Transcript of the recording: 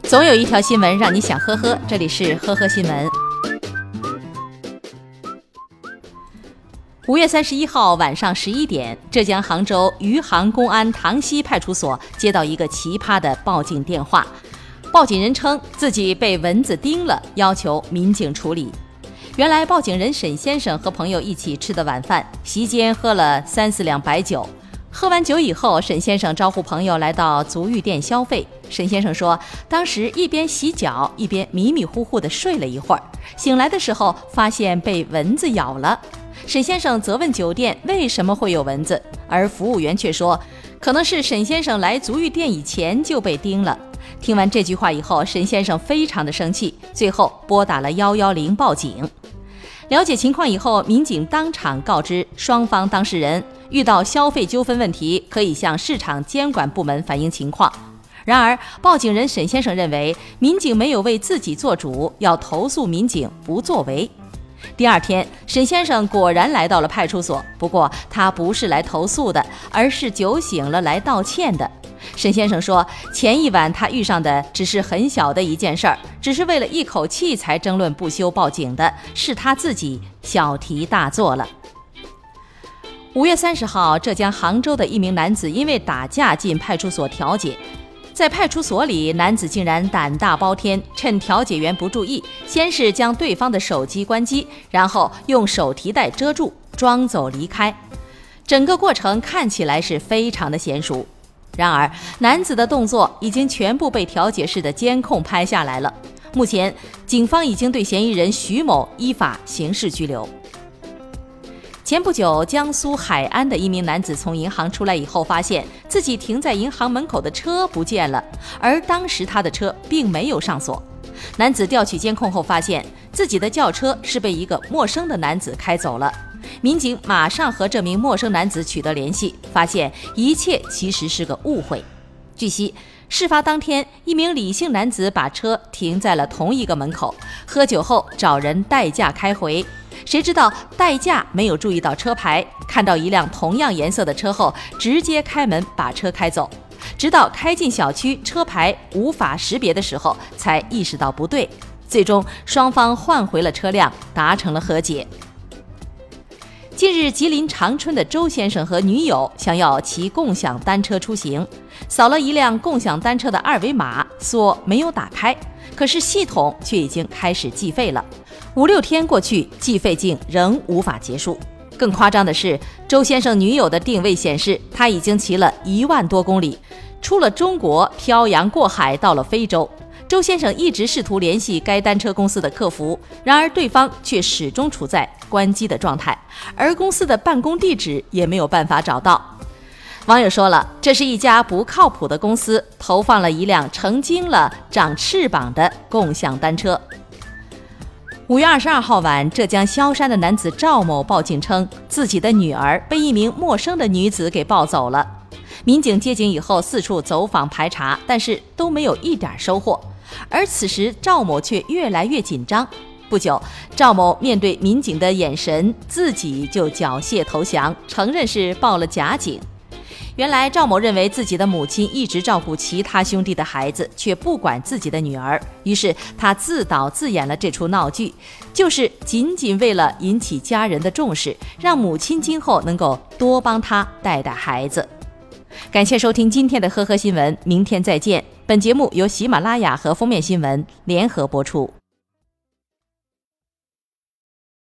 总有一条新闻让你想呵呵，这里是呵呵新闻。5月31号晚上11点，浙江杭州余杭公安塘溪派出所接到一个奇葩的报警电话，报警人称自己被蚊子叮了，要求民警处理。原来报警人沈先生和朋友一起吃的晚饭，席间喝了3-4两白酒。喝完酒以后，沈先生招呼朋友来到足浴店消费。沈先生说，当时一边洗脚一边迷迷糊糊地睡了一会儿，醒来的时候发现被蚊子咬了。沈先生责问酒店为什么会有蚊子，而服务员却说，可能是沈先生来足浴店以前就被叮了。听完这句话以后，沈先生非常的生气，最后拨打了110报警。了解情况以后，民警当场告知双方当事人，遇到消费纠纷问题可以向市场监管部门反映情况。然而报警人沈先生认为民警没有为自己做主，要投诉民警不作为。第二天，沈先生果然来到了派出所，不过他不是来投诉的，而是酒醒了来道歉的。沈先生说，前一晚他遇上的只是很小的一件事儿，只是为了一口气才争论不休报警的，是他自己小题大做了。5月30号，浙江杭州的一名男子因为打架进派出所调解，在派出所里，男子竟然胆大包天，趁调解员不注意，先是将对方的手机关机，然后用手提袋遮住，装走离开。整个过程看起来是非常的娴熟。然而男子的动作已经全部被调解室的监控拍下来了。目前警方已经对嫌疑人徐某依法刑事拘留。前不久，江苏海安的一名男子从银行出来以后，发现自己停在银行门口的车不见了，而当时他的车并没有上锁。男子调取监控后发现，自己的轿车是被一个陌生的男子开走了。民警马上和这名陌生男子取得联系，发现一切其实是个误会。据悉，事发当天，一名李姓男子把车停在了同一个门口，喝酒后找人代驾开回。谁知道代驾没有注意到车牌，看到一辆同样颜色的车后，直接开门把车开走。直到开进小区，车牌无法识别的时候，才意识到不对。最终双方换回了车辆，达成了和解。近日，吉林长春的周先生和女友想要骑共享单车出行，扫了一辆共享单车的二维码，锁没有打开，可是系统却已经开始计费了。5-6天过去，计费竟仍无法结束。更夸张的是，周先生女友的定位显示，他已经骑了1万多公里，出了中国，漂洋过海到了非洲。周先生一直试图联系该单车公司的客服，然而对方却始终处在关机的状态，而公司的办公地址也没有办法找到。网友说了，这是一家不靠谱的公司，投放了一辆成精了、长翅膀的共享单车。5月22号晚，浙江萧山的男子赵某报警称，自己的女儿被一名陌生的女子给抱走了。民警接警以后四处走访排查，但是都没有一点收获。而此时赵某却越来越紧张。不久，赵某面对民警的眼神，自己就缴械投降，承认是报了假警。原来赵某认为自己的母亲一直照顾其他兄弟的孩子，却不管自己的女儿，于是他自导自演了这出闹剧，就是仅仅为了引起家人的重视，让母亲今后能够多帮他带带孩子。感谢收听今天的呵呵新闻，明天再见。本节目由喜马拉雅和封面新闻联合播出。